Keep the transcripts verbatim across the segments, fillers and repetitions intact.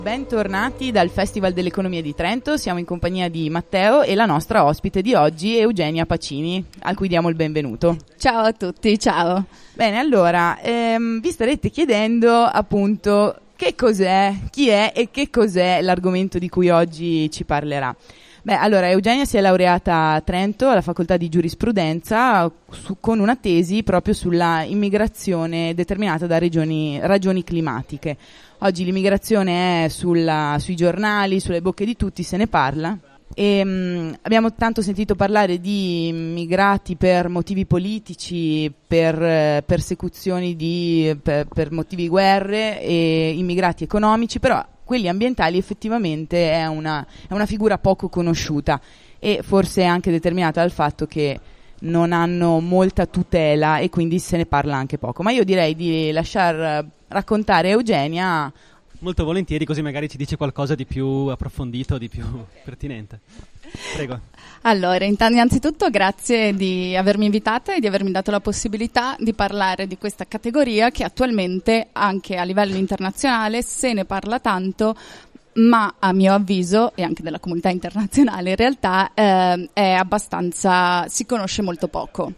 Bentornati dal Festival dell'Economia di Trento, siamo in compagnia di Matteo e la nostra ospite di oggi, Eugenia Pacini, a cui diamo il benvenuto. Ciao a tutti, ciao. Bene, allora, ehm, vi starete chiedendo appunto che cos'è, chi è e che cos'è l'argomento di cui oggi ci parlerà. Beh, allora, Eugenia si è laureata a Trento alla facoltà di giurisprudenza su, con una tesi proprio sulla immigrazione determinata da regioni, ragioni climatiche. Oggi l'immigrazione è sulla, sui giornali, sulle bocche di tutti, se ne parla. E, mh, abbiamo tanto sentito parlare di immigrati per motivi politici, per eh, persecuzioni, di, per, per motivi guerre, e immigrati economici, però quelli ambientali effettivamente è una, è una figura poco conosciuta e forse anche determinata dal fatto che non hanno molta tutela e quindi se ne parla anche poco. Ma io direi di lasciar raccontare Eugenia. Molto volentieri, così magari ci dice qualcosa di più approfondito, di più pertinente. Prego. Allora, innanzitutto grazie di avermi invitata e di avermi dato la possibilità di parlare di questa categoria che attualmente anche a livello internazionale se ne parla tanto, ma a mio avviso e anche della comunità internazionale in realtà eh, è abbastanza, si conosce molto poco.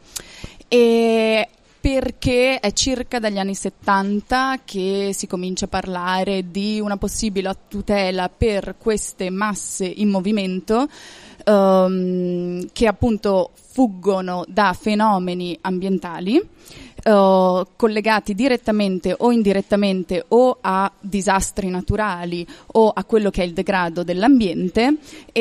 E perché è circa dagli anni settanta che si comincia a parlare di una possibile tutela per queste masse in movimento um, che appunto fuggono da fenomeni ambientali uh, collegati direttamente o indirettamente o a disastri naturali o a quello che è il degrado dell'ambiente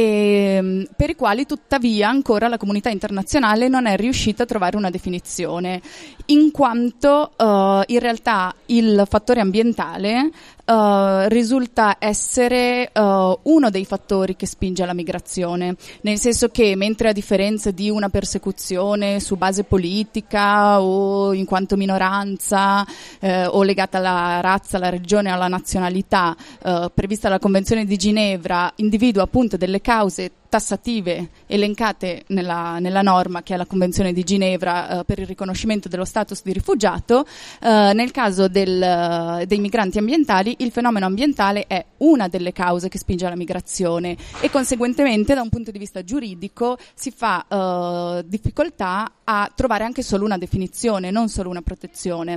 e um, per i quali tuttavia ancora la comunità internazionale non è riuscita a trovare una definizione, in quanto uh, in realtà il fattore ambientale Uh, risulta essere uh, uno dei fattori che spinge alla migrazione, nel senso che mentre a differenza di una persecuzione su base politica o in quanto minoranza eh, o legata alla razza, alla regione o alla nazionalità uh, prevista dalla Convenzione di Ginevra individua appunto delle cause tassative elencate nella, nella norma che è la Convenzione di Ginevra eh, per il riconoscimento dello status di rifugiato, eh, nel caso del, dei migranti ambientali il fenomeno ambientale è una delle cause che spinge alla migrazione e conseguentemente da un punto di vista giuridico si fa eh, difficoltà a trovare anche solo una definizione, non solo una protezione.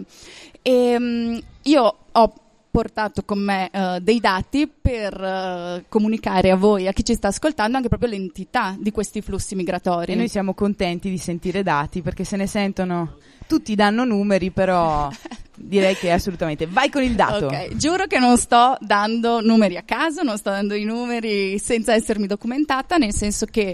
E, mh, io ho portato con me uh, dei dati per uh, comunicare a voi, a chi ci sta ascoltando, anche proprio l'entità di questi flussi migratori. E noi siamo contenti di sentire dati perché se ne sentono, tutti danno numeri, però direi che assolutamente. Vai con il dato. Ok, giuro che non sto dando numeri a caso, non sto dando i numeri senza essermi documentata, nel senso che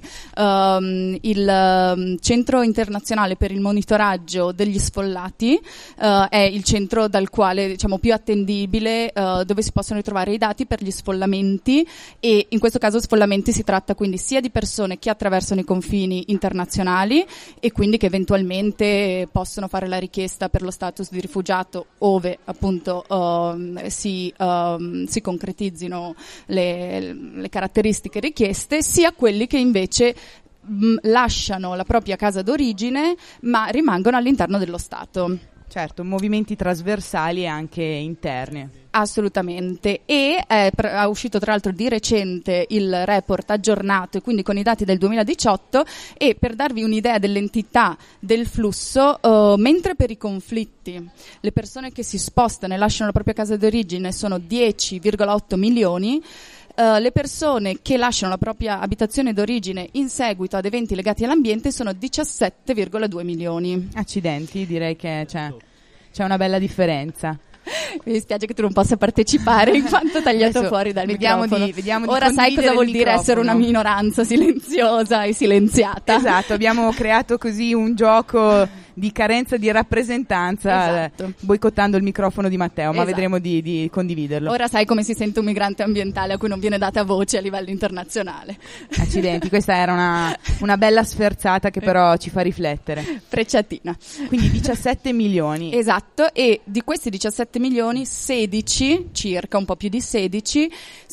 um, il um, Centro Internazionale per il Monitoraggio degli Sfollati uh, è il centro dal quale, diciamo, più attendibile, uh, dove si possono ritrovare i dati per gli sfollamenti, e in questo caso sfollamenti si tratta quindi sia di persone che attraversano i confini internazionali e quindi che eventualmente possono fare la richiesta per lo status di rifugiato ove appunto um, si, um, si concretizzino le, le caratteristiche richieste, sia quelli che invece mh, lasciano la propria casa d'origine ma rimangono all'interno dello Stato. Certo, movimenti trasversali e anche interni. Assolutamente, e è, è uscito tra l'altro di recente il report aggiornato e quindi con i dati del duemiladiciotto, e per darvi un'idea dell'entità del flusso, uh, mentre per i conflitti le persone che si spostano e lasciano la propria casa d'origine sono dieci virgola otto milioni, Uh, le persone che lasciano la propria abitazione d'origine in seguito ad eventi legati all'ambiente sono diciassette virgola due milioni. Accidenti, direi che c'è, c'è una bella differenza. Mi dispiace che tu non possa partecipare in quanto tagliato Adesso fuori dal vediamo microfono. Di, vediamo Ora di sai cosa vuol dire microfono. Essere una minoranza silenziosa e silenziata. Esatto, abbiamo creato così un gioco di carenza di rappresentanza, esatto. eh, boicottando il microfono di Matteo, ma esatto. vedremo di, di condividerlo. Ora sai come si sente un migrante ambientale a cui non viene data voce a livello internazionale. Accidenti, questa era una, una bella sferzata che però ci fa riflettere. Frecciatina. Quindi diciassette milioni. Esatto, e di questi diciassette milioni, sedici, circa un po' più di sedici,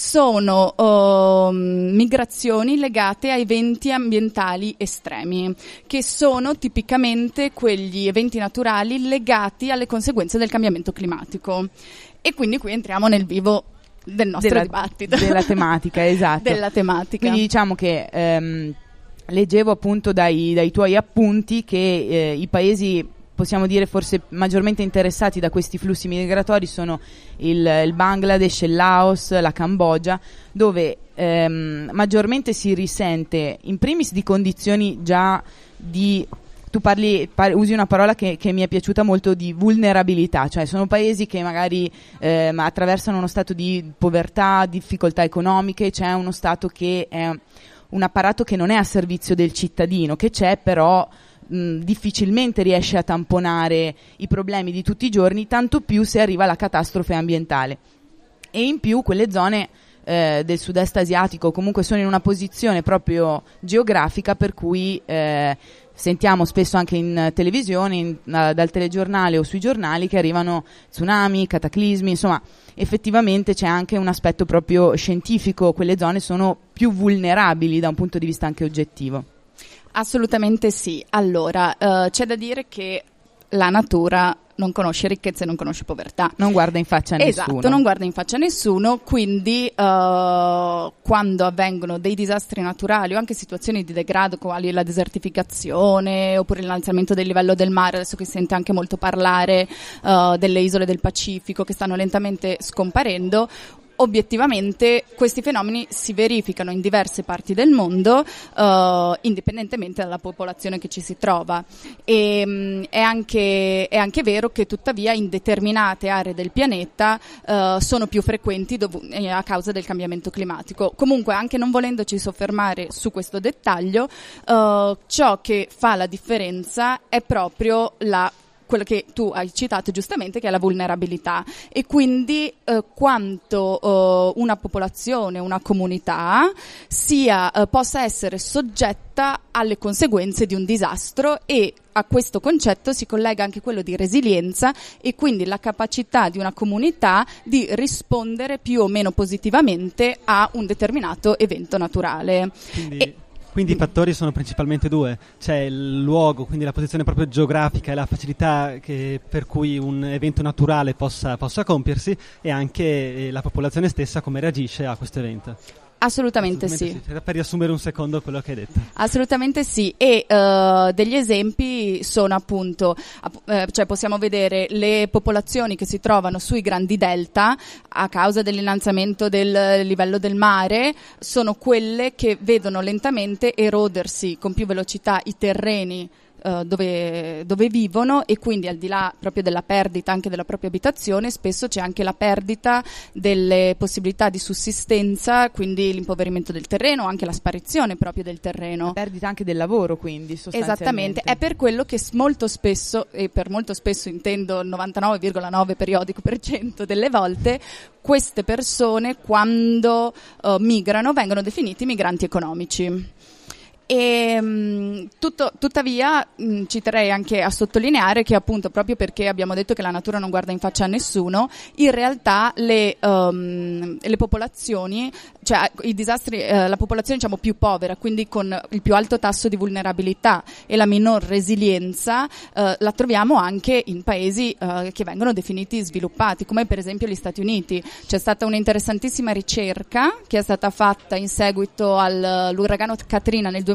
sono uh, migrazioni legate a eventi ambientali estremi, che sono tipicamente quegli eventi naturali legati alle conseguenze del cambiamento climatico. E quindi qui entriamo nel vivo del nostro della, dibattito. Della tematica, esatto. Della tematica. Quindi diciamo che ehm, leggevo appunto dai, dai tuoi appunti che eh, i paesi, possiamo dire forse maggiormente interessati da questi flussi migratori sono il, il Bangladesh, il Laos, la Cambogia, dove ehm, maggiormente si risente in primis di condizioni già di, tu parli, par- usi una parola che, che mi è piaciuta molto, di vulnerabilità, cioè sono paesi che magari ehm, attraversano uno stato di povertà, difficoltà economiche, c'è uno stato che è un apparato che non è a servizio del cittadino, che c'è però mh, difficilmente riesce a tamponare i problemi di tutti i giorni, tanto più se arriva la catastrofe ambientale. E in più quelle zone eh, del sud-est asiatico comunque sono in una posizione proprio geografica per cui eh, sentiamo spesso anche in televisione, in, uh, dal telegiornale o sui giornali, che arrivano tsunami, cataclismi, insomma effettivamente c'è anche un aspetto proprio scientifico, quelle zone sono più vulnerabili da un punto di vista anche oggettivo. Assolutamente sì. Allora, uh, c'è da dire che la natura non conosce ricchezza e non conosce povertà. Non guarda in faccia a esatto, nessuno. non guarda in faccia a nessuno, quindi uh, quando avvengono dei disastri naturali o anche situazioni di degrado quali la desertificazione oppure l'innalzamento del livello del mare, adesso che si sente anche molto parlare uh, delle isole del Pacifico che stanno lentamente scomparendo, obiettivamente questi fenomeni si verificano in diverse parti del mondo, uh, indipendentemente dalla popolazione che ci si trova. E, mh, è, anche, è anche vero che tuttavia in determinate aree del pianeta uh, sono più frequenti dov- a causa del cambiamento climatico. Comunque, anche non volendoci soffermare su questo dettaglio, uh, ciò che fa la differenza è proprio la quello che tu hai citato giustamente, che è la vulnerabilità, e quindi eh, quanto eh, una popolazione, una comunità sia eh, possa essere soggetta alle conseguenze di un disastro, e a questo concetto si collega anche quello di resilienza e quindi la capacità di una comunità di rispondere più o meno positivamente a un determinato evento naturale. Quindi... E, Quindi i fattori sono principalmente due, c'è il luogo, quindi la posizione proprio geografica e la facilità che, per cui un evento naturale possa, possa compiersi, e anche la popolazione stessa come reagisce a questo evento. Assolutamente, Assolutamente sì. sì. Per riassumere un secondo quello che hai detto. Assolutamente sì, e uh, degli esempi sono appunto, uh, cioè possiamo vedere le popolazioni che si trovano sui grandi delta a causa dell'innalzamento del livello del mare, sono quelle che vedono lentamente erodersi con più velocità i terreni Uh, dove, dove vivono, e quindi al di là proprio della perdita anche della propria abitazione, spesso c'è anche la perdita delle possibilità di sussistenza, quindi l'impoverimento del terreno, anche la sparizione proprio del terreno. La perdita anche del lavoro, quindi sostanzialmente. Esattamente, è per quello che molto spesso, e per molto spesso intendo il novantanove virgola nove periodico per cento delle volte, queste persone quando uh, migrano vengono definiti migranti economici. E mh, tutto, tuttavia mh, ci terrei anche a sottolineare che appunto proprio perché abbiamo detto che la natura non guarda in faccia a nessuno, in realtà le, um, le popolazioni, cioè i disastri, eh, la popolazione diciamo più povera, quindi con il più alto tasso di vulnerabilità e la minor resilienza, eh, la troviamo anche in paesi eh, che vengono definiti sviluppati, come per esempio gli Stati Uniti. C'è stata un'interessantissima ricerca che è stata fatta in seguito all'uragano Katrina nel duemilacinque,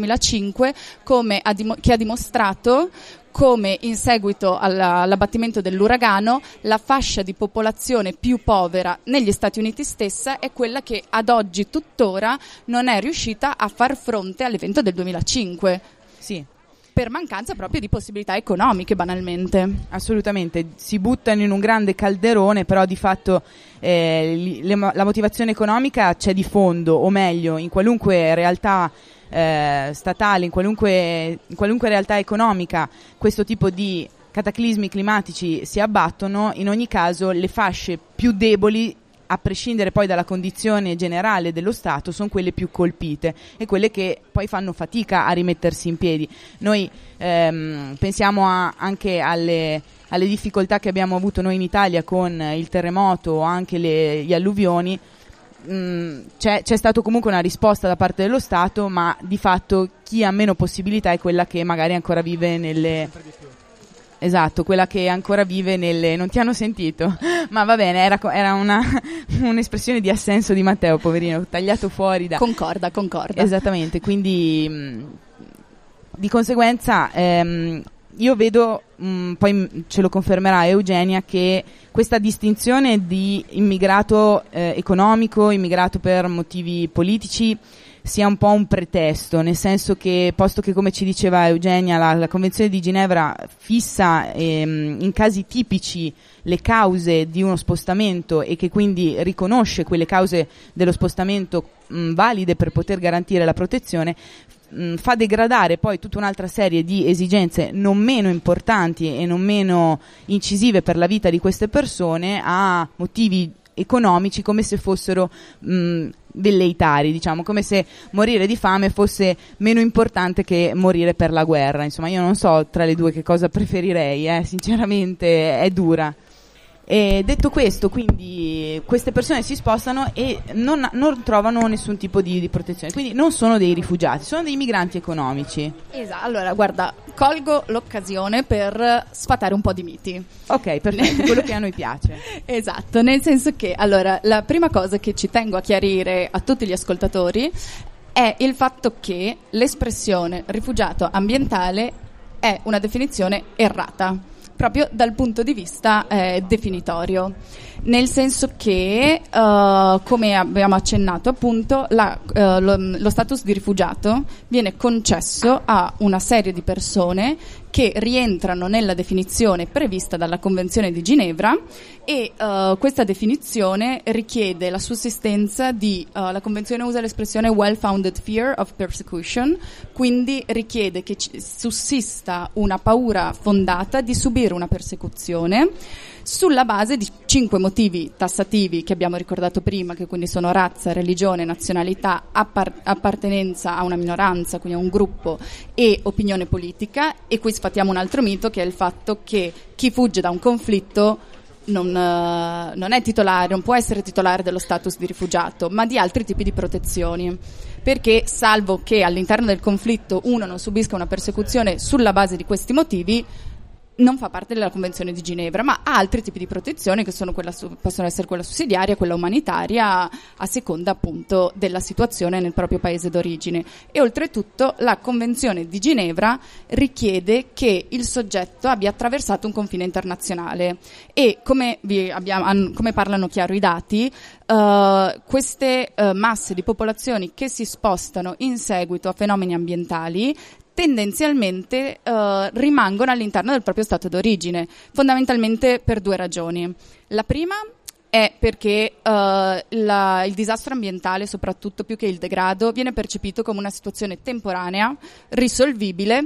come ha dim- che ha dimostrato come in seguito alla, all'abbattimento dell'uragano la fascia di popolazione più povera negli Stati Uniti stessa è quella che ad oggi tuttora non è riuscita a far fronte all'evento del duemilacinque. Sì. Per mancanza proprio di possibilità economiche, banalmente. Assolutamente, si buttano in un grande calderone, però di fatto eh, le, la motivazione economica c'è di fondo, o meglio, in qualunque realtà eh, statale, in qualunque, in qualunque realtà economica, questo tipo di cataclismi climatici si abbattono. In ogni caso le fasce più deboli, a prescindere poi dalla condizione generale dello Stato, sono quelle più colpite e quelle che poi fanno fatica a rimettersi in piedi. Noi ehm, pensiamo a, anche alle, alle difficoltà che abbiamo avuto noi in Italia con il terremoto o anche le, gli alluvioni. Mm, c'è, c'è stato comunque una risposta da parte dello Stato, ma di fatto chi ha meno possibilità è quella che magari ancora vive nelle... Esatto, quella che ancora vive nelle... non ti hanno sentito, ma va bene, era, era una, un'espressione di assenso di Matteo, poverino, tagliato fuori da... Concorda, concorda. Esattamente, quindi mh, di conseguenza ehm, io vedo, mh, poi ce lo confermerà Eugenia, che questa distinzione di immigrato eh, economico, immigrato per motivi politici, sia un po' un pretesto, nel senso che, posto che, come ci diceva Eugenia, la, la Convenzione di Ginevra fissa ehm, in casi tipici le cause di uno spostamento e che quindi riconosce quelle cause dello spostamento mh, valide per poter garantire la protezione, mh, fa degradare poi tutta un'altra serie di esigenze non meno importanti e non meno incisive per la vita di queste persone a motivi economici, come se fossero mh, velleitari, diciamo, come se morire di fame fosse meno importante che morire per la guerra. Insomma, io non so tra le due che cosa preferirei, eh, sinceramente è dura. E detto questo, quindi queste persone si spostano e non, non trovano nessun tipo di, di protezione, quindi non sono dei rifugiati, sono dei migranti economici. Esatto, allora guarda, colgo l'occasione per sfatare un po' di miti. Ok, perfetto, quello che a noi piace. Esatto, nel senso che, allora, la prima cosa che ci tengo a chiarire a tutti gli ascoltatori è il fatto che l'espressione rifugiato ambientale è una definizione errata, proprio dal punto di vista eh, definitorio, nel senso che, uh, come abbiamo accennato appunto, la, uh, lo, lo status di rifugiato viene concesso a una serie di persone che rientrano nella definizione prevista dalla Convenzione di Ginevra e uh, questa definizione richiede la sussistenza di, uh, la Convenzione usa l'espressione well-founded fear of persecution, quindi richiede che ci, sussista una paura fondata di subire una persecuzione sulla base di cinque motivi tassativi che abbiamo ricordato prima, che quindi sono razza, religione, nazionalità, appar- appartenenza a una minoranza, quindi a un gruppo, e opinione politica. E qui sfatiamo un altro mito, che è il fatto che chi fugge da un conflitto non, uh, non è titolare, non può essere titolare dello status di rifugiato, ma di altri tipi di protezioni, perché salvo che all'interno del conflitto uno non subisca una persecuzione sulla base di questi motivi, non fa parte della Convenzione di Ginevra, ma ha altri tipi di protezioni che sono quella su- possono essere quella sussidiaria, quella umanitaria, a seconda appunto della situazione nel proprio paese d'origine. E oltretutto la Convenzione di Ginevra richiede che il soggetto abbia attraversato un confine internazionale e, come, vi abbiamo, an- come parlano chiaro i dati, uh, queste uh, masse di popolazioni che si spostano in seguito a fenomeni ambientali tendenzialmente uh, rimangono all'interno del proprio stato d'origine, fondamentalmente per due ragioni. La prima è perché uh, la, il disastro ambientale, soprattutto più che il degrado, viene percepito come una situazione temporanea, risolvibile,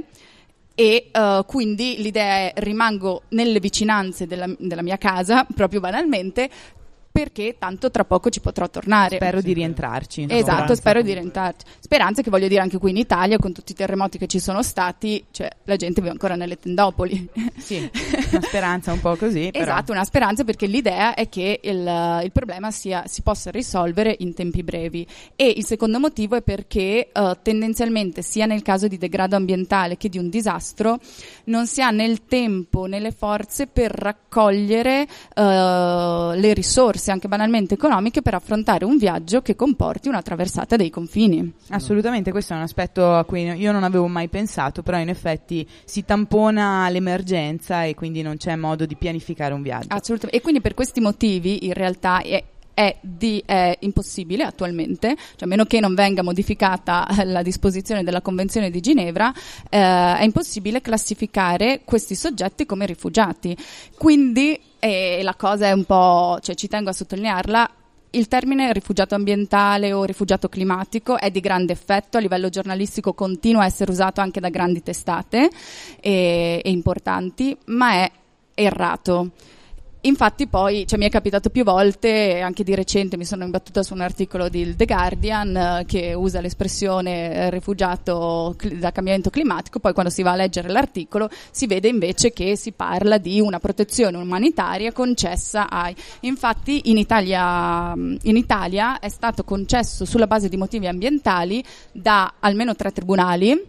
e uh, quindi l'idea è: rimango nelle vicinanze della, della mia casa, proprio banalmente, perché tanto tra poco ci potrò tornare. Spero di rientrarci. Esatto, Speranza. spero di rientrarci. Speranze che, voglio dire, anche qui in Italia, con tutti i terremoti che ci sono stati, cioè la gente vive ancora nelle tendopoli. Sì, una speranza un po' così. Però. Esatto, una speranza, perché l'idea è che il, il problema sia, si possa risolvere in tempi brevi. E il secondo motivo è perché uh, tendenzialmente, sia nel caso di degrado ambientale che di un disastro, non si ha né il tempo né le forze per raccogliere uh, le risorse, anche banalmente economiche, per affrontare un viaggio che comporti una traversata dei confini. Assolutamente, questo è un aspetto a cui io non avevo mai pensato, però in effetti si tampona l'emergenza e quindi non c'è modo di pianificare un viaggio. Assolutamente. E quindi per questi motivi in realtà è È, di, è impossibile attualmente, cioè a meno che non venga modificata la disposizione della Convenzione di Ginevra, eh, è impossibile classificare questi soggetti come rifugiati. Quindi eh, la cosa è un po', cioè ci tengo a sottolinearla, il termine rifugiato ambientale o rifugiato climatico è di grande effetto, a livello giornalistico continua a essere usato anche da grandi testate e, e importanti, ma è errato. Infatti poi, cioè, mi è capitato più volte, anche di recente mi sono imbattuta su un articolo di The Guardian eh, che usa l'espressione eh, rifugiato cl- da cambiamento climatico, poi quando si va a leggere l'articolo si vede invece che si parla di una protezione umanitaria concessa ai... Infatti in Italia, in Italia è stato concesso sulla base di motivi ambientali da almeno tre tribunali,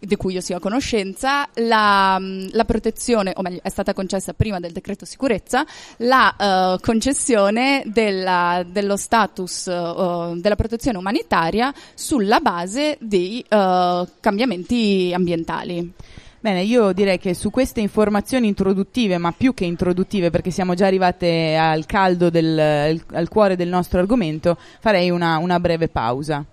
di cui io sia a conoscenza, la, la protezione, o meglio, è stata concessa prima del decreto sicurezza, la uh, concessione della, dello status uh, della protezione umanitaria sulla base dei uh, cambiamenti ambientali. Bene, io direi che su queste informazioni introduttive, ma più che introduttive perché siamo già arrivate al caldo del, al cuore del nostro argomento, farei una, una breve pausa.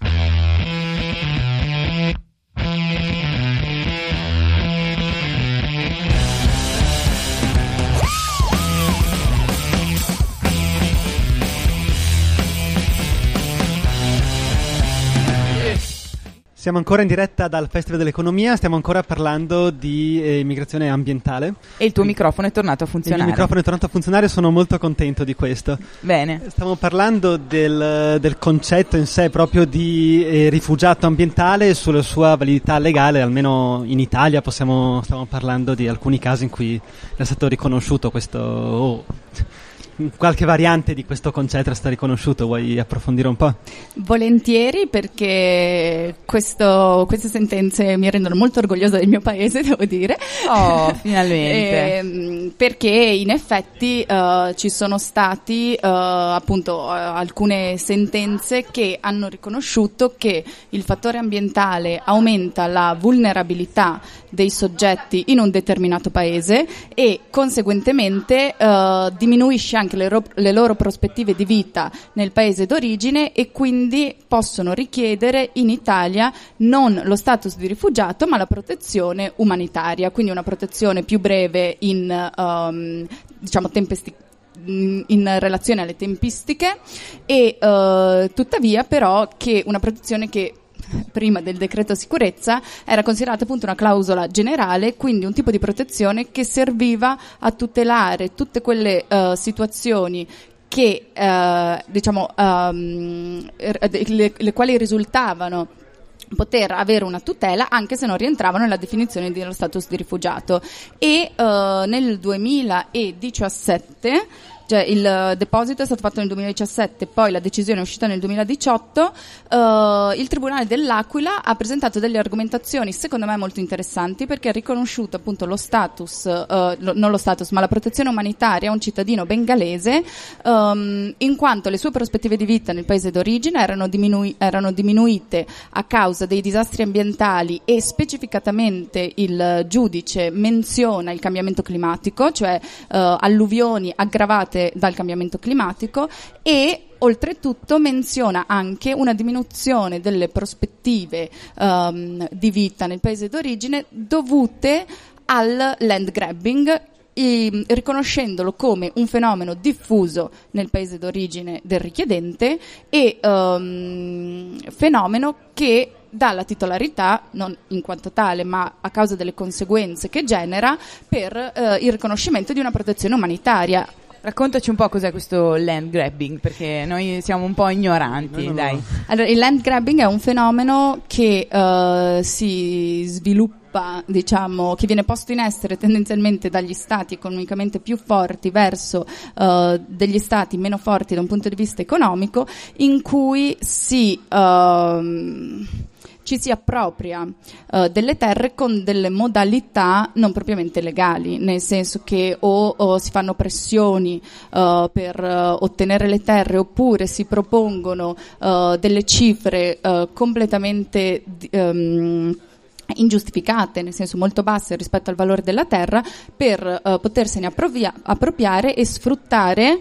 Siamo ancora in diretta dal Festival dell'Economia, stiamo ancora parlando di eh, immigrazione ambientale. E il tuo microfono è tornato a funzionare. Il microfono è tornato a funzionare, sono molto contento di questo. Bene. Stiamo parlando del, del concetto in sé proprio di eh, rifugiato ambientale e sulla sua validità legale, almeno in Italia possiamo, stiamo parlando di alcuni casi in cui è stato riconosciuto questo... Oh, qualche variante di questo concetto è stato riconosciuto, vuoi approfondire un po'? Volentieri, perché questo, queste sentenze mi rendono molto orgogliosa del mio paese, devo dire. Oh, finalmente. E, perché in effetti uh, ci sono stati uh, appunto uh, alcune sentenze che hanno riconosciuto che il fattore ambientale aumenta la vulnerabilità dei soggetti in un determinato paese e conseguentemente uh, diminuisce anche le, ro- le loro prospettive di vita nel paese d'origine e quindi possono richiedere in Italia non lo status di rifugiato ma la protezione umanitaria, quindi una protezione più breve in um, diciamo tempesti- in relazione alle tempistiche e uh, tuttavia però che una protezione che prima del decreto sicurezza era considerata appunto una clausola generale, quindi un tipo di protezione che serviva a tutelare tutte quelle uh, situazioni che uh, diciamo um, le, le quali risultavano poter avere una tutela anche se non rientravano nella definizione dello status di rifugiato e uh, nel duemiladiciassette, cioè il deposito è stato fatto nel duemiladiciassette, poi la decisione è uscita nel duemiladiciotto, uh, il Tribunale dell'Aquila ha presentato delle argomentazioni secondo me molto interessanti perché ha riconosciuto appunto lo status, uh, lo, non lo status ma la protezione umanitaria a un cittadino bengalese um, in quanto le sue prospettive di vita nel paese d'origine erano, diminui- erano diminuite a causa dei disastri ambientali e specificatamente il giudice menziona il cambiamento climatico, cioè uh, alluvioni aggravate dal cambiamento climatico e oltretutto menziona anche una diminuzione delle prospettive um, di vita nel paese d'origine dovute al land grabbing, i, riconoscendolo come un fenomeno diffuso nel paese d'origine del richiedente e um, fenomeno che dà la titolarità, non in quanto tale, ma a causa delle conseguenze che genera per uh, il riconoscimento di una protezione umanitaria. Raccontaci un po' cos'è questo land grabbing, perché noi siamo un po' ignoranti, no, no, dai. No. Allora, il land grabbing è un fenomeno che uh, si sviluppa, diciamo, che viene posto in essere tendenzialmente dagli stati economicamente più forti verso uh, degli stati meno forti da un punto di vista economico, in cui si... Uh, ci si appropria uh, delle terre con delle modalità non propriamente legali, nel senso che o, o si fanno pressioni uh, per uh, ottenere le terre oppure si propongono uh, delle cifre uh, completamente um, ingiustificate, nel senso molto basse rispetto al valore della terra, per uh, potersene approvia- appropriare e sfruttare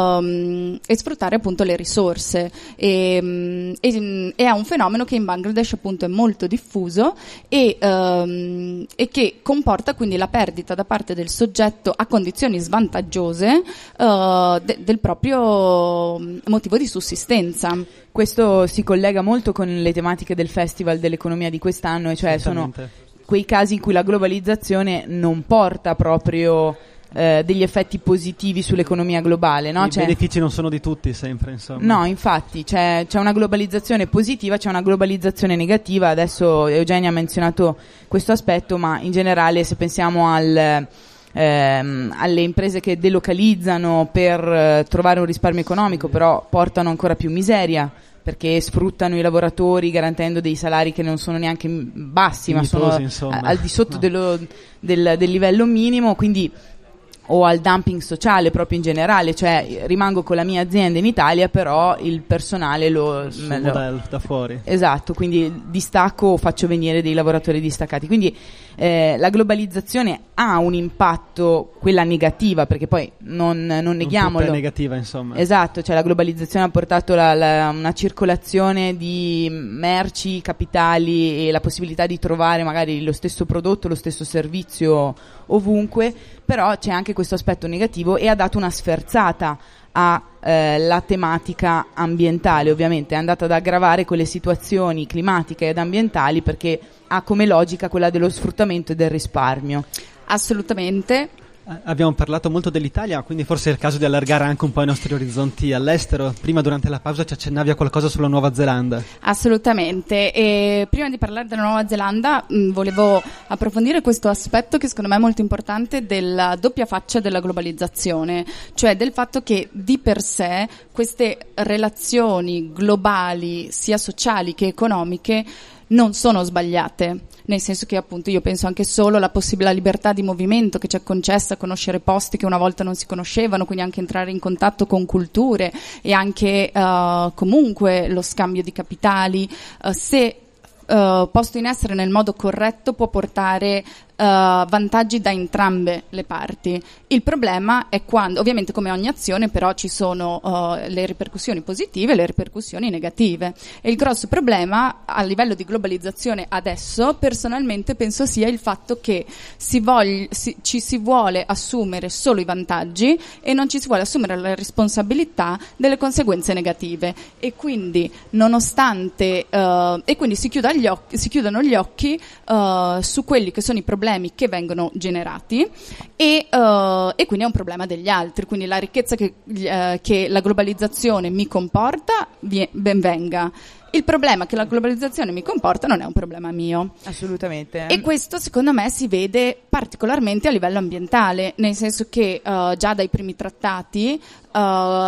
um, e sfruttare appunto le risorse e, um, e, e è un fenomeno che in Bangladesh appunto è molto diffuso e, um, e che comporta quindi la perdita da parte del soggetto a condizioni svantaggiose uh, de- del proprio motivo di sussistenza. Questo si collega molto con le tematiche del Festival dell'Economia di quest'anno, e cioè sono quei casi in cui la globalizzazione non porta proprio eh, degli effetti positivi sull'economia globale, no? I cioè, benefici non sono di tutti sempre, insomma. No, infatti c'è, c'è una globalizzazione positiva, c'è una globalizzazione negativa. Adesso Eugenia ha menzionato questo aspetto, ma in generale se pensiamo al... Ehm, alle imprese che delocalizzano per eh, trovare un risparmio economico, però portano ancora più miseria, perché sfruttano i lavoratori garantendo dei salari che non sono neanche bassi, ma sono a, al di sotto no. dello, del, del livello minimo, quindi o al dumping sociale proprio in generale, cioè rimango con la mia azienda in Italia, però il personale lo, lo da fuori. Esatto, quindi distacco o faccio venire dei lavoratori distaccati. Quindi eh, la globalizzazione ha un impatto, quella negativa, perché poi non, non neghiamolo. Non è negativa, insomma. Esatto, cioè la globalizzazione ha portato la, la, una circolazione di merci, capitali e la possibilità di trovare magari lo stesso prodotto, lo stesso servizio ovunque, però c'è anche questo aspetto negativo e ha dato una sferzata alla eh, tematica ambientale. Ovviamente è andata ad aggravare quelle situazioni climatiche ed ambientali, perché ha come logica quella dello sfruttamento e del risparmio. Assolutamente. Abbiamo parlato molto dell'Italia, quindi forse è il caso di allargare anche un po' i nostri orizzonti all'estero. Prima, durante la pausa, ci accennavi a qualcosa sulla Nuova Zelanda. Assolutamente, e prima di parlare della Nuova Zelanda mh, volevo approfondire questo aspetto che secondo me è molto importante, della doppia faccia della globalizzazione, cioè del fatto che di per sé queste relazioni globali, sia sociali che economiche, non sono sbagliate, nel senso che appunto io penso anche solo alla possibile libertà di movimento che ci è concessa, conoscere posti che una volta non si conoscevano, quindi anche entrare in contatto con culture e anche uh, comunque lo scambio di capitali, uh, se uh, posto in essere nel modo corretto può portare Uh, vantaggi da entrambe le parti. Il problema è quando, ovviamente come ogni azione, però ci sono uh, le ripercussioni positive e le ripercussioni negative, e il grosso problema a livello di globalizzazione adesso personalmente penso sia il fatto che si voglia, si, ci si vuole assumere solo i vantaggi e non ci si vuole assumere la responsabilità delle conseguenze negative, e quindi nonostante uh, e quindi si, chiuda gli occhi, si chiudono gli occhi uh, su quelli che sono i problemi che vengono generati e, uh, e quindi è un problema degli altri, quindi la ricchezza che, uh, che la globalizzazione mi comporta, vie, ben venga. Il problema che la globalizzazione mi comporta non è un problema mio. Assolutamente. E questo secondo me si vede particolarmente a livello ambientale, nel senso che uh, già dai primi trattati uh,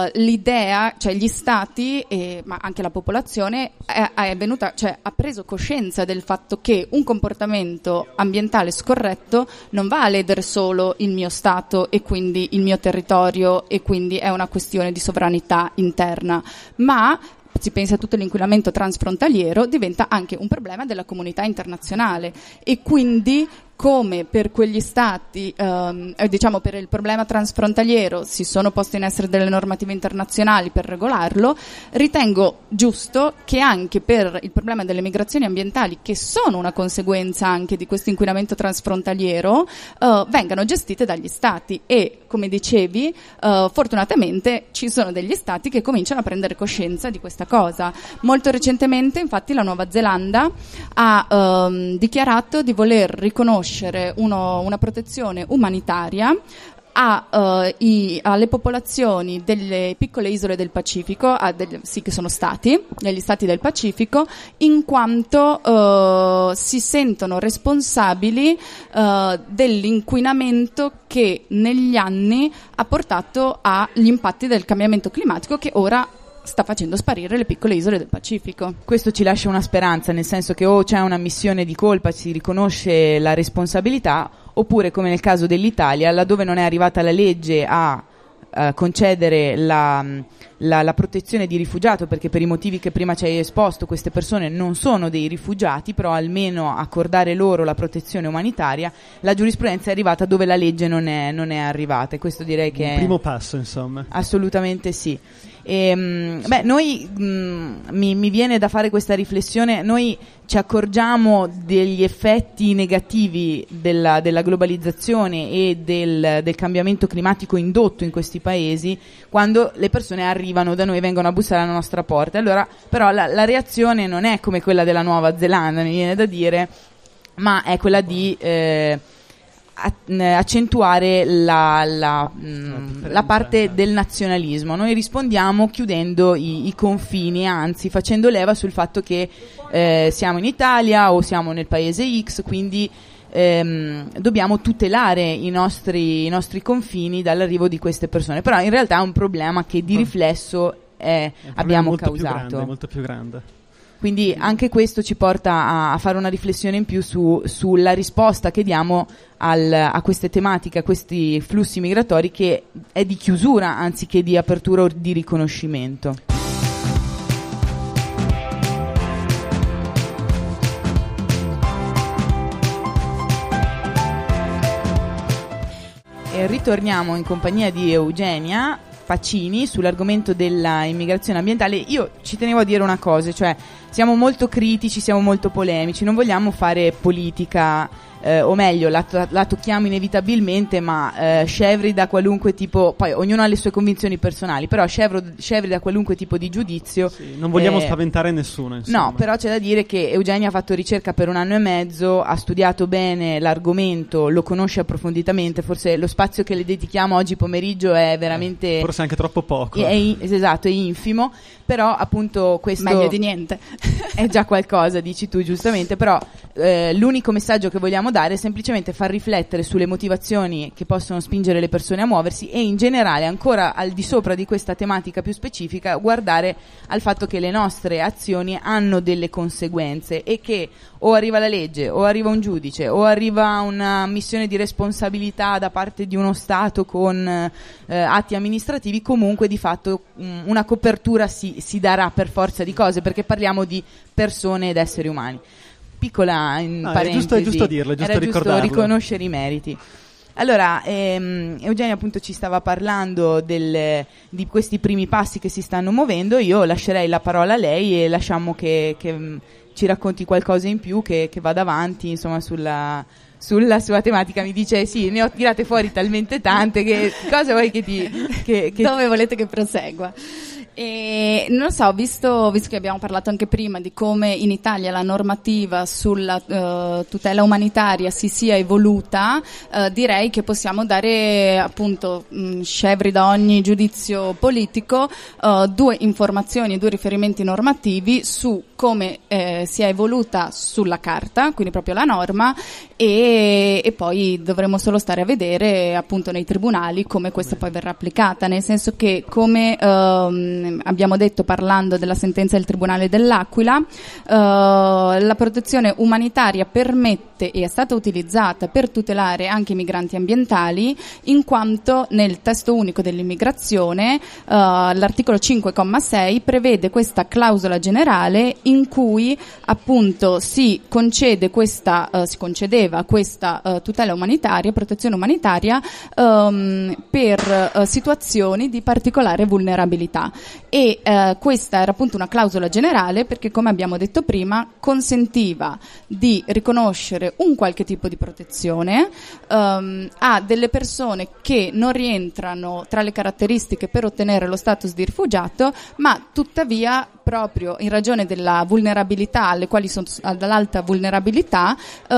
l'idea, cioè gli stati e, ma anche la popolazione è, è venuta, cioè ha preso coscienza del fatto che un comportamento ambientale scorretto non va a ledere solo il mio stato e quindi il mio territorio, e quindi è una questione di sovranità interna, ma si pensa a tutto l'inquinamento transfrontaliero, diventa anche un problema della comunità internazionale, e quindi come per quegli stati, ehm, diciamo per il problema transfrontaliero si sono poste in essere delle normative internazionali per regolarlo, ritengo giusto che anche per il problema delle migrazioni ambientali, che sono una conseguenza anche di questo inquinamento transfrontaliero, eh, vengano gestite dagli stati, e come dicevi eh, fortunatamente ci sono degli stati che cominciano a prendere coscienza di questa cosa. Molto recentemente infatti la Nuova Zelanda ha ehm, dichiarato di voler riconoscere Uno, una protezione umanitaria a, uh, i, alle popolazioni delle piccole isole del Pacifico, a del, sì che sono stati, negli stati del Pacifico, in quanto uh, si sentono responsabili uh, dell'inquinamento che negli anni ha portato agli impatti del cambiamento climatico, che ora sta facendo sparire le piccole isole del Pacifico. Questo ci lascia una speranza, nel senso che o c'è una ammissione di colpa, si riconosce la responsabilità, oppure come nel caso dell'Italia, laddove non è arrivata la legge a uh, concedere la, la, la protezione di rifugiato, perché per i motivi che prima ci hai esposto queste persone non sono dei rifugiati, però almeno accordare loro la protezione umanitaria, la giurisprudenza è arrivata dove la legge non è, non è arrivata, e questo direi che un è primo passo, insomma. Assolutamente sì. E, mh, beh, noi mh, mi, mi viene da fare questa riflessione. Noi ci accorgiamo degli effetti negativi della, della globalizzazione e del, del cambiamento climatico indotto in questi paesi quando le persone arrivano da noi, vengono a bussare alla nostra porta. Allora, però la, la reazione non è come quella della Nuova Zelanda, mi viene da dire, ma è quella di eh, accentuare la, la, mh, la parte del nazionalismo. Noi rispondiamo chiudendo i, i confini, anzi facendo leva sul fatto che eh, siamo in Italia o siamo nel paese X, quindi ehm, dobbiamo tutelare i nostri, i nostri confini dall'arrivo di queste persone. Però in realtà è un problema che di riflesso è, abbiamo molto causato. Più grande, molto più grande. Quindi anche questo ci porta a, a fare una riflessione in più su, sulla risposta che diamo al, a queste tematiche, a questi flussi migratori, che è di chiusura anziché di apertura o di riconoscimento. E ritorniamo in compagnia di Eugenia Pacini sull'argomento della immigrazione ambientale. Io ci tenevo a dire una cosa, cioè siamo molto critici, siamo molto polemici, non vogliamo fare politica, eh, o meglio la, la tocchiamo inevitabilmente, ma eh, scevri da qualunque tipo, poi ognuno ha le sue convinzioni personali, però scevro, scevri da qualunque tipo di giudizio. Sì, non vogliamo eh, spaventare nessuno, insomma. No, però c'è da dire che Eugenia ha fatto ricerca per un anno e mezzo, ha studiato bene l'argomento, lo conosce approfonditamente, forse lo spazio che le dedichiamo oggi pomeriggio è veramente... Eh, forse anche troppo poco. È, è, esatto, è infimo, però appunto questo... Meglio di niente. È già qualcosa, dici tu giustamente, però eh, l'unico messaggio che vogliamo dare è semplicemente far riflettere sulle motivazioni che possono spingere le persone a muoversi e in generale, ancora al di sopra di questa tematica più specifica, guardare al fatto che le nostre azioni hanno delle conseguenze e che o arriva la legge, o arriva un giudice, o arriva una missione di responsabilità da parte di uno Stato con eh, atti amministrativi, comunque di fatto um, una copertura si, si darà per forza di cose, perché parliamo di persone ed esseri umani. Piccola in no, parentesi, è giusto, è giusto dirlo, è giusto era ricordarlo. giusto riconoscere i meriti. Allora, ehm, Eugenia appunto ci stava parlando del, di questi primi passi che si stanno muovendo. Io lascerei la parola a lei e lasciamo che, che mh, ci racconti qualcosa in più, che, che vada avanti insomma sulla, sulla sua tematica. Mi dice sì, ne ho tirate fuori talmente tante, che cosa vuoi che ti... Che, che Dove volete che prosegua? E non lo so, visto, visto che abbiamo parlato anche prima di come in Italia la normativa sulla uh, tutela umanitaria si sia evoluta, uh, direi che possiamo dare appunto mh, scevri da ogni giudizio politico uh, due informazioni, due riferimenti normativi su come eh, si è evoluta sulla carta, quindi proprio la norma, e, e poi dovremo solo stare a vedere appunto nei tribunali come questa poi verrà applicata, nel senso che come um, abbiamo detto parlando della sentenza del Tribunale dell'Aquila, uh, la protezione umanitaria permette e è stata utilizzata per tutelare anche i migranti ambientali, in quanto nel testo unico dell'immigrazione uh, l'articolo cinque comma sei prevede questa clausola generale in cui appunto si concede questa uh, si concedeva questa uh, tutela umanitaria, protezione umanitaria um, per uh, situazioni di particolare vulnerabilità. E uh, questa era appunto una clausola generale perché, come abbiamo detto prima, consentiva di riconoscere un qualche tipo di protezione um, a delle persone che non rientrano tra le caratteristiche per ottenere lo status di rifugiato, ma tuttavia proprio in ragione della vulnerabilità, alle quali sono dall'alta vulnerabilità,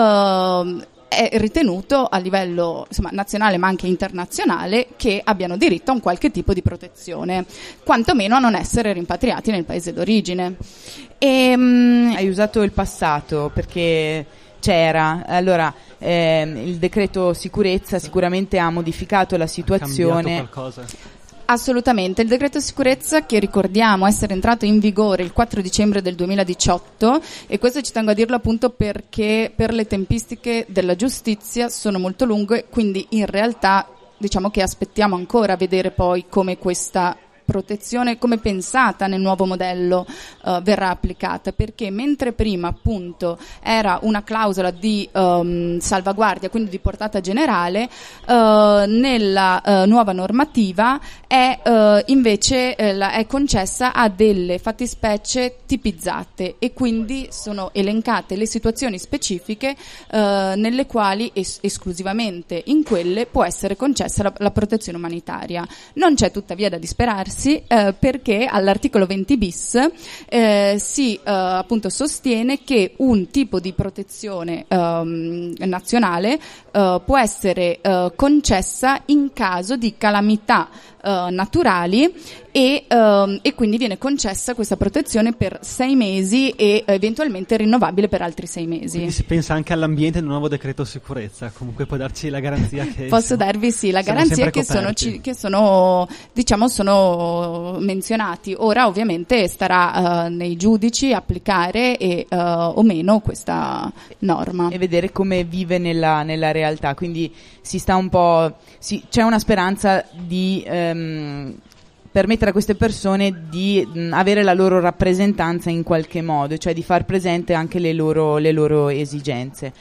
uh, è ritenuto a livello insomma, nazionale ma anche internazionale che abbiano diritto a un qualche tipo di protezione, quantomeno a non essere rimpatriati nel paese d'origine. E, um, hai usato il passato perché c'era, allora ehm, il decreto sicurezza sicuramente ha modificato la situazione. Ha cambiato qualcosa. Assolutamente, il decreto sicurezza, che ricordiamo essere entrato in vigore il quattro dicembre del duemiladiciotto, e questo ci tengo a dirlo appunto perché per le tempistiche della giustizia sono molto lunghe, quindi in realtà diciamo che aspettiamo ancora a vedere poi come questa protezione, come pensata nel nuovo modello, uh, verrà applicata, perché mentre prima appunto era una clausola di um, salvaguardia, quindi di portata generale, uh, nella uh, nuova normativa è uh, invece uh, la, è concessa a delle fattispecie tipizzate, e quindi sono elencate le situazioni specifiche uh, nelle quali es- esclusivamente in quelle può essere concessa la, la protezione umanitaria. Non c'è tuttavia da disperarsi, Eh, perché all'articolo venti bis eh, si eh, appunto sostiene che un tipo di protezione ehm, nazionale eh, può essere eh, concessa in caso di calamità eh, naturali e, ehm, e quindi viene concessa questa protezione per sei mesi e eventualmente rinnovabile per altri sei mesi. Quindi si pensa anche all'ambiente nel nuovo decreto sicurezza, comunque può darci la garanzia che posso siamo, darvi sì la garanzia che sono, ci, che sono diciamo sono appunto menzionati. Ora ovviamente starà uh, nei giudici applicare e, uh, o meno questa norma. E vedere come vive nella, nella realtà, quindi si sta un po', si, c'è una speranza di um, permettere a queste persone di mh, avere la loro rappresentanza in qualche modo, cioè di far presente anche le loro, le loro esigenze.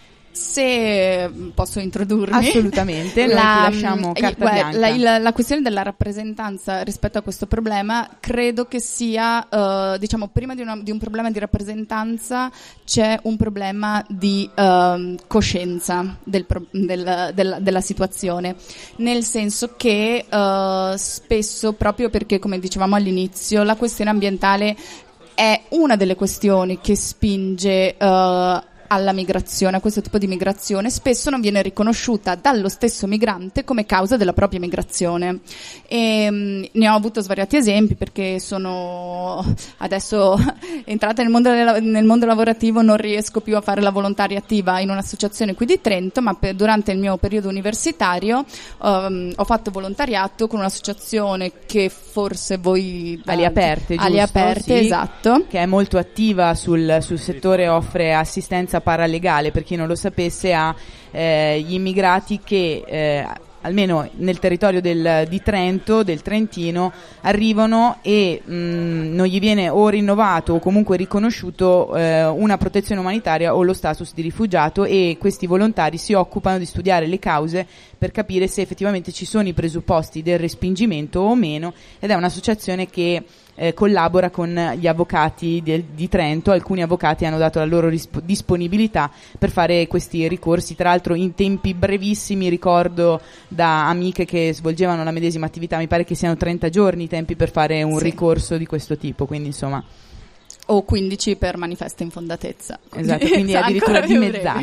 Se posso introdurmi, assolutamente, noi la, ti lasciamo carta guarda, bianca. La, la, la questione della rappresentanza rispetto a questo problema credo che sia, uh, diciamo, prima di, una, di un problema di rappresentanza c'è un problema di uh, coscienza del, del, del, della situazione, nel senso che uh, spesso, proprio perché, come dicevamo all'inizio, la questione ambientale è una delle questioni che spinge uh, alla migrazione, a questo tipo di migrazione, spesso non viene riconosciuta dallo stesso migrante come causa della propria migrazione. E, mh, ne ho avuto svariati esempi, perché sono adesso entrata nel mondo, nel mondo lavorativo, non riesco più a fare la volontaria attiva in un'associazione qui di Trento, ma per, durante il mio periodo universitario um, ho fatto volontariato con un'associazione che forse voi... Ali Aperte, giusto? Ali Aperte, sì, esatto. Che è molto attiva sul, sul settore, offre assistenza paralegale, per chi non lo sapesse, a eh, gli immigrati che eh, almeno nel territorio del, di Trento, del Trentino, arrivano e mh, non gli viene o rinnovato o comunque riconosciuto eh, una protezione umanitaria o lo status di rifugiato, e questi volontari si occupano di studiare le cause per capire se effettivamente ci sono i presupposti del respingimento o meno, ed è un'associazione che Eh, collabora con gli avvocati del, di Trento. Alcuni avvocati hanno dato la loro risp- disponibilità per fare questi ricorsi, tra l'altro in tempi brevissimi. Ricordo da amiche che svolgevano la medesima attività, mi pare che siano trenta giorni i tempi per fare un sì. ricorso di questo tipo, quindi insomma, o quindici per manifesta infondatezza. Esatto, quindi addirittura dimezzati.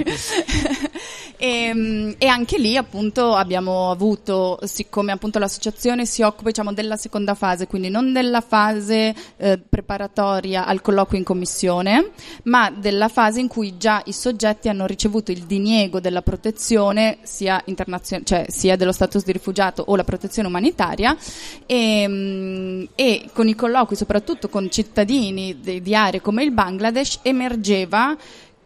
E, e anche lì appunto abbiamo avuto, siccome appunto l'associazione si occupa, diciamo, della seconda fase, quindi non della fase eh, preparatoria al colloquio in commissione, ma della fase in cui già i soggetti hanno ricevuto il diniego della protezione, sia internazionale, cioè sia dello status di rifugiato o la protezione umanitaria, e, e con i colloqui soprattutto con cittadini di, di aree come il Bangladesh emergeva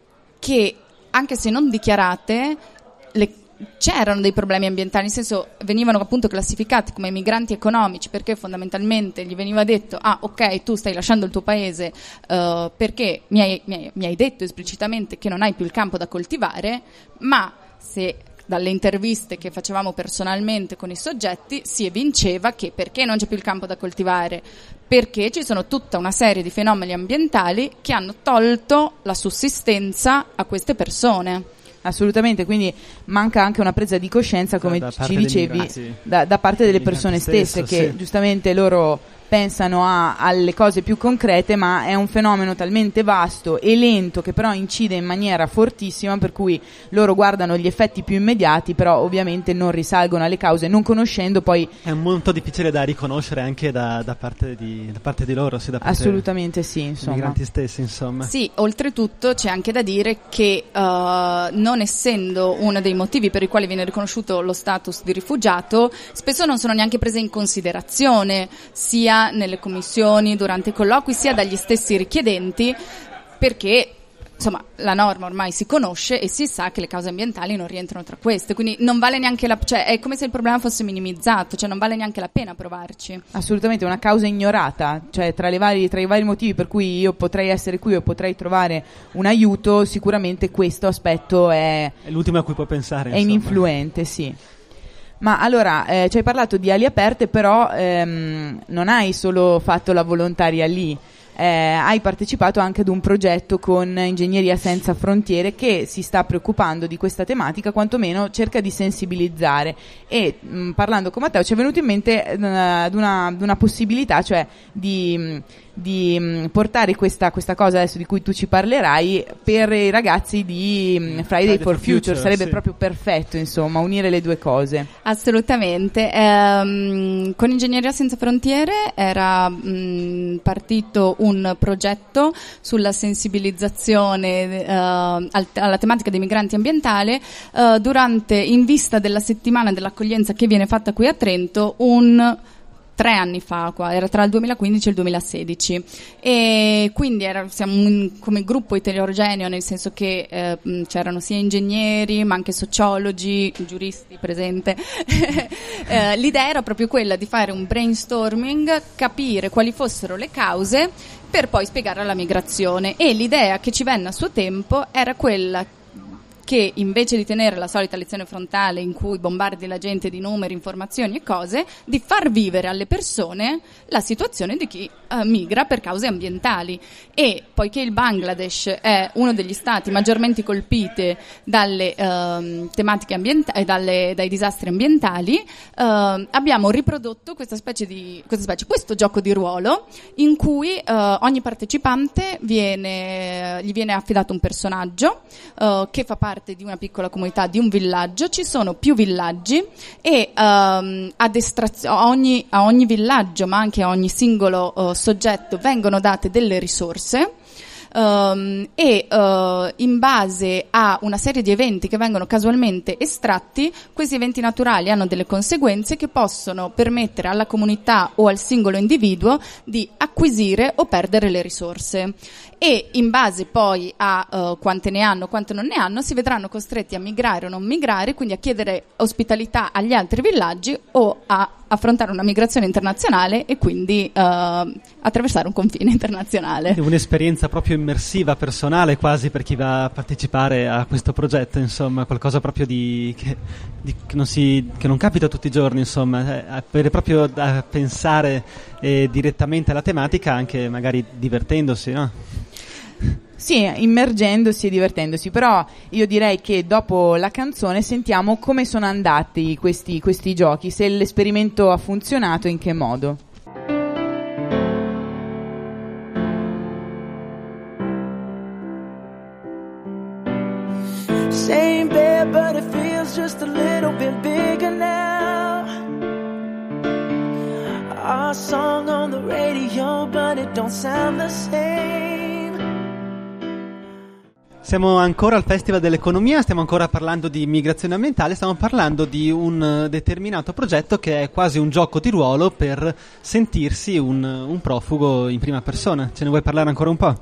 che, anche se non dichiarate, le, c'erano dei problemi ambientali, nel senso venivano appunto classificati come migranti economici, perché fondamentalmente gli veniva detto: ah, ok, tu stai lasciando il tuo paese uh, perché mi hai, mi, hai, mi hai detto esplicitamente che non hai più il campo da coltivare, ma se dalle interviste che facevamo personalmente con i soggetti si evinceva che perché non c'è più il campo da coltivare? Perché ci sono tutta una serie di fenomeni ambientali che hanno tolto la sussistenza a queste persone. Assolutamente, quindi manca anche una presa di coscienza, come da ci dicevi, da, da parte delle persone stesse, stesso, che sì. giustamente loro pensano a, alle cose più concrete, ma è un fenomeno talmente vasto e lento che però incide in maniera fortissima, per cui loro guardano gli effetti più immediati, però ovviamente non risalgono alle cause, non conoscendo poi... È molto difficile da riconoscere anche da, da, parte, di, da parte di loro, sì, da parte Assolutamente sì, insomma. dei migranti stessi, insomma. Sì, oltretutto c'è anche da dire che uh, non essendo uno dei motivi per i quali viene riconosciuto lo status di rifugiato, spesso non sono neanche prese in considerazione, sia nelle commissioni, durante i colloqui, sia dagli stessi richiedenti, perché insomma la norma ormai si conosce e si sa che le cause ambientali non rientrano tra queste, quindi non vale neanche la, cioè è come se il problema fosse minimizzato, cioè non vale neanche la pena provarci. Assolutamente, una causa ignorata, cioè tra, le vari, tra i vari motivi per cui io potrei essere qui o potrei trovare un aiuto, sicuramente questo aspetto è, è l'ultimo a cui puoi pensare, è ininfluente, sì. Ma allora, eh, ci hai parlato di Ali Aperte, però ehm, non hai solo fatto la volontaria lì, eh, hai partecipato anche ad un progetto con Ingegneria Senza Frontiere che si sta preoccupando di questa tematica, quantomeno cerca di sensibilizzare, e mh, parlando con Matteo ci è venuto in mente eh, ad una, ad una possibilità, cioè di... Mh, di mh, portare questa, questa cosa adesso di cui tu ci parlerai per i ragazzi di mh, Friday, Friday for, for Future, Future sarebbe sì. proprio perfetto, insomma, unire le due cose. Assolutamente. Ehm, con Ingegneria Senza Frontiere era mh, partito un progetto sulla sensibilizzazione eh, al, alla tematica dei migranti ambientali eh, durante, in vista della settimana dell'accoglienza che viene fatta qui a Trento, un tre anni fa, qua, era tra il duemilaquindici e il duemilasedici, e quindi era, siamo un, come gruppo eterogeneo, nel senso che eh, c'erano sia ingegneri ma anche sociologi, giuristi presente. eh, l'idea era proprio quella di fare un brainstorming, capire quali fossero le cause per poi spiegare la migrazione, e l'idea che ci venne a suo tempo era quella che invece di tenere la solita lezione frontale in cui bombardi la gente di numeri, informazioni e cose, di far vivere alle persone la situazione di chi uh, migra per cause ambientali. E poiché il Bangladesh è uno degli stati maggiormente colpiti dalle uh, tematiche ambientali, dalle, dai disastri ambientali, uh, abbiamo riprodotto questa specie di questa specie, questo gioco di ruolo in cui uh, ogni partecipante viene, gli viene affidato un personaggio uh, che fa parte di una piccola comunità, di un villaggio. Ci sono più villaggi e um, ad estraz- a, ogni, a ogni villaggio, ma anche a ogni singolo uh, soggetto, vengono date delle risorse. Um, e uh, in base a una serie di eventi che vengono casualmente estratti, questi eventi naturali hanno delle conseguenze che possono permettere alla comunità o al singolo individuo di acquisire o perdere le risorse, e in base poi a uh, quante ne hanno, quante non ne hanno, si vedranno costretti a migrare o non migrare, quindi a chiedere ospitalità agli altri villaggi o a affrontare una migrazione internazionale e quindi uh, attraversare un confine internazionale. È un'esperienza proprio immersiva, personale quasi, per chi va a partecipare a questo progetto, insomma, qualcosa proprio di che, di, che, non, si, che non capita tutti i giorni, insomma, eh, per proprio a pensare eh, direttamente alla tematica, anche magari divertendosi, no? Sì, immergendosi e divertendosi, però io direi che dopo la canzone sentiamo come sono andati questi, questi giochi, se l'esperimento ha funzionato e in che modo. Same bed but it feels just a little bit bigger now. Our song on the radio but it don't sound the same. Siamo ancora al Festival dell'Economia, stiamo ancora parlando di migrazione ambientale, stiamo parlando di un determinato progetto che è quasi un gioco di ruolo per sentirsi un, un profugo in prima persona. Ce ne vuoi parlare ancora un po'?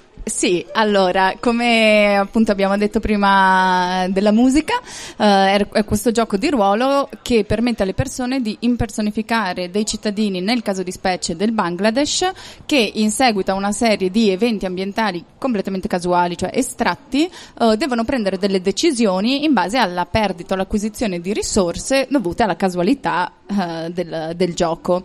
Sì, allora, come appunto abbiamo detto prima della musica, eh, è questo gioco di ruolo che permette alle persone di impersonificare dei cittadini, nel caso di specie del Bangladesh, che in seguito a una serie di eventi ambientali completamente casuali, cioè estratti, eh, devono prendere delle decisioni in base alla perdita o all'acquisizione di risorse dovute alla casualità eh, del, del gioco.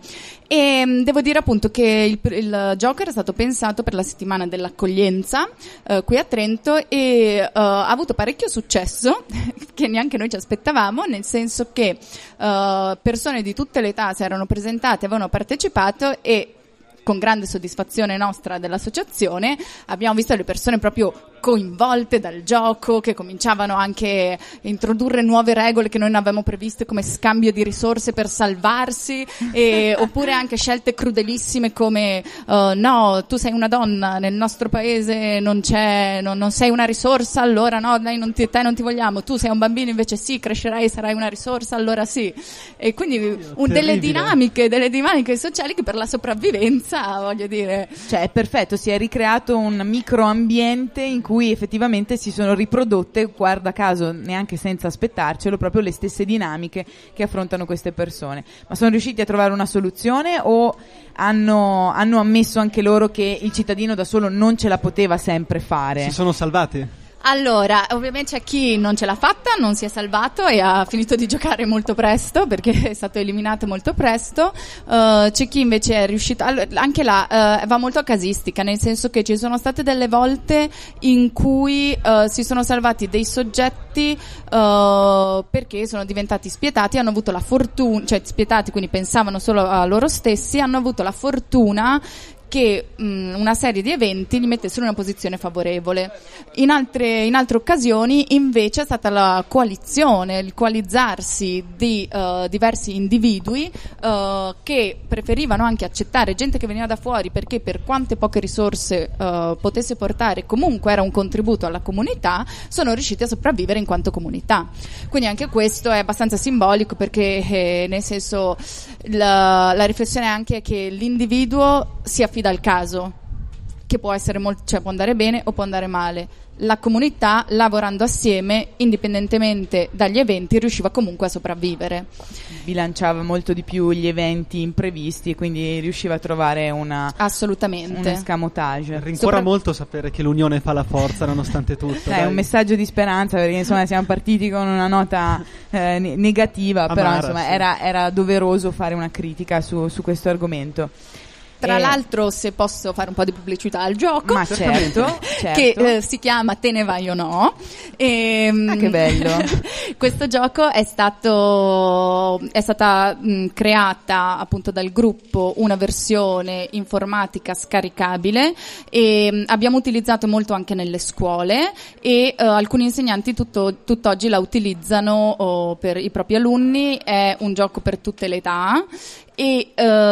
E mh, devo dire appunto che il, il gioco era stato pensato per la settimana dell'accoglienza Uh, qui a Trento e uh, ha avuto parecchio successo che neanche noi ci aspettavamo, nel senso che uh, persone di tutte le età si erano presentate, avevano partecipato e con grande soddisfazione nostra dell'associazione abbiamo visto le persone proprio coinvolte dal gioco, che cominciavano anche a introdurre nuove regole che noi non avevamo previste, come scambio di risorse per salvarsi, e, oppure anche scelte crudelissime come uh, no, tu sei una donna, nel nostro paese non c'è, non, non sei una risorsa, allora no, dai, non ti, te non ti vogliamo, tu sei un bambino invece sì, crescerai e sarai una risorsa, allora sì. E quindi un, delle dinamiche, delle dinamiche sociali che per la sopravvivenza, voglio dire, cioè è perfetto, si è ricreato un microambiente in cui effettivamente si sono riprodotte, guarda caso neanche senza aspettarcelo, proprio le stesse dinamiche che affrontano queste persone. Ma sono riusciti a trovare una soluzione o hanno, hanno ammesso anche loro che il cittadino da solo non ce la poteva sempre fare? Si sono salvati? Allora, ovviamente c'è chi non ce l'ha fatta, non si è salvato e ha finito di giocare molto presto perché è stato eliminato molto presto. Uh, c'è chi invece è riuscito, allora, anche là uh, va molto a casistica, nel senso che ci sono state delle volte in cui uh, si sono salvati dei soggetti uh, perché sono diventati spietati, hanno avuto la fortuna, cioè spietati, quindi pensavano solo a loro stessi, hanno avuto la fortuna che mh, una serie di eventi li mettessero in una posizione favorevole. In altre, in altre occasioni invece è stata la coalizione, il coalizzarsi di uh, diversi individui uh, che preferivano anche accettare gente che veniva da fuori, perché per quante poche risorse uh, potesse portare comunque era un contributo alla comunità, sono riusciti a sopravvivere in quanto comunità. Quindi anche questo è abbastanza simbolico, perché eh, nel senso la, la riflessione è anche che l'individuo si affida al caso, che può essere molto, cioè può andare bene o può andare male. La comunità, lavorando assieme, indipendentemente dagli eventi, riusciva comunque a sopravvivere. Bilanciava molto di più gli eventi imprevisti e quindi riusciva a trovare una assolutamente un escamotage. Rincuora Sopra... molto sapere che l'unione fa la forza nonostante tutto. È un messaggio di speranza, perché insomma siamo partiti con una nota eh, negativa, Amara, però insomma sì. era, era doveroso fare una critica su, su questo argomento. Tra eh, l'altro, se posso fare un po' di pubblicità al gioco, ma certo, certo. che eh, si chiama Te ne vai o no. E, ah, che bello. Questo gioco è stato è stata mh, creata appunto dal gruppo una versione informatica scaricabile, e mh, abbiamo utilizzato molto anche nelle scuole, e uh, alcuni insegnanti tutto, tutt'oggi la utilizzano oh, per i propri alunni. È un gioco per tutte le età. E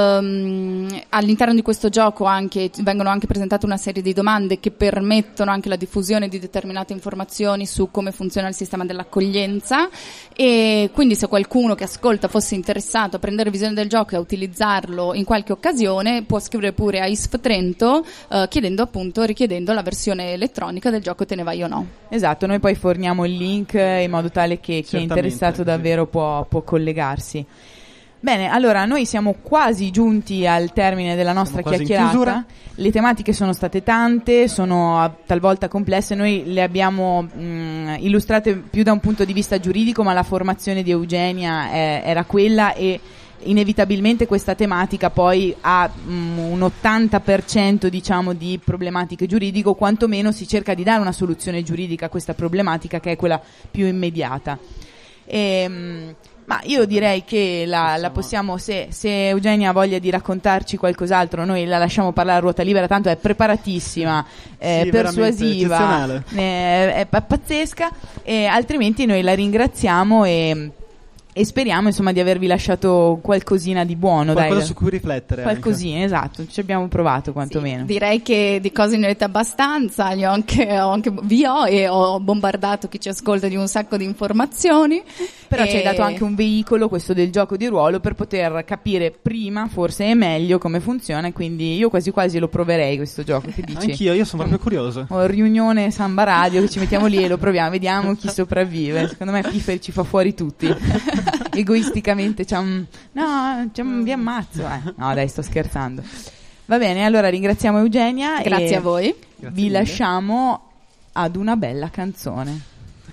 um, all'interno di questo gioco anche vengono anche presentate una serie di domande che permettono anche la diffusione di determinate informazioni su come funziona il sistema dell'accoglienza, e quindi se qualcuno che ascolta fosse interessato a prendere visione del gioco e a utilizzarlo in qualche occasione, può scrivere pure a I S F Trento uh, chiedendo appunto richiedendo la versione elettronica del gioco Te ne vai o no. Esatto, noi poi forniamo il link in modo tale che chi è interessato davvero sì. può, può collegarsi. Bene, allora noi siamo quasi giunti al termine della nostra chiacchierata. Le tematiche sono state tante, sono talvolta complesse, noi le abbiamo mh, illustrate più da un punto di vista giuridico, ma la formazione di Eugenia è, era quella, e inevitabilmente questa tematica poi ha mh, un ottanta per cento diciamo di problematiche giuridiche, o quantomeno si cerca di dare una soluzione giuridica a questa problematica, che è quella più immediata. E, mh, Ma io direi che la, la possiamo, se, se Eugenia ha voglia di raccontarci qualcos'altro, noi la lasciamo parlare a ruota libera, tanto è preparatissima, eh, sì, persuasiva, eh, è p- pazzesca, e altrimenti noi la ringraziamo e, e speriamo insomma di avervi lasciato qualcosina di buono. Qualcosa dai, su cui riflettere. Qualcosina, anche. Esatto, ci abbiamo provato quantomeno. Sì, direi che di cose ne avete abbastanza, io anche, ho anche, vi ho e ho bombardato chi ci ascolta di un sacco di informazioni. Però e... ci hai dato anche un veicolo, questo del gioco di ruolo, per poter capire prima, forse è meglio, come funziona, quindi io quasi quasi lo proverei questo gioco, che dici? Anch'io, io sono proprio curioso. O riunione Samba Radio, che ci mettiamo lì e lo proviamo, vediamo chi sopravvive. Secondo me Piffer ci fa fuori tutti. Egoisticamente, c'è un... no, c'è un... vi ammazzo. Eh. No, dai, sto scherzando. Va bene, allora ringraziamo Eugenia. Grazie e a voi. Vi lasciamo ad una bella canzone.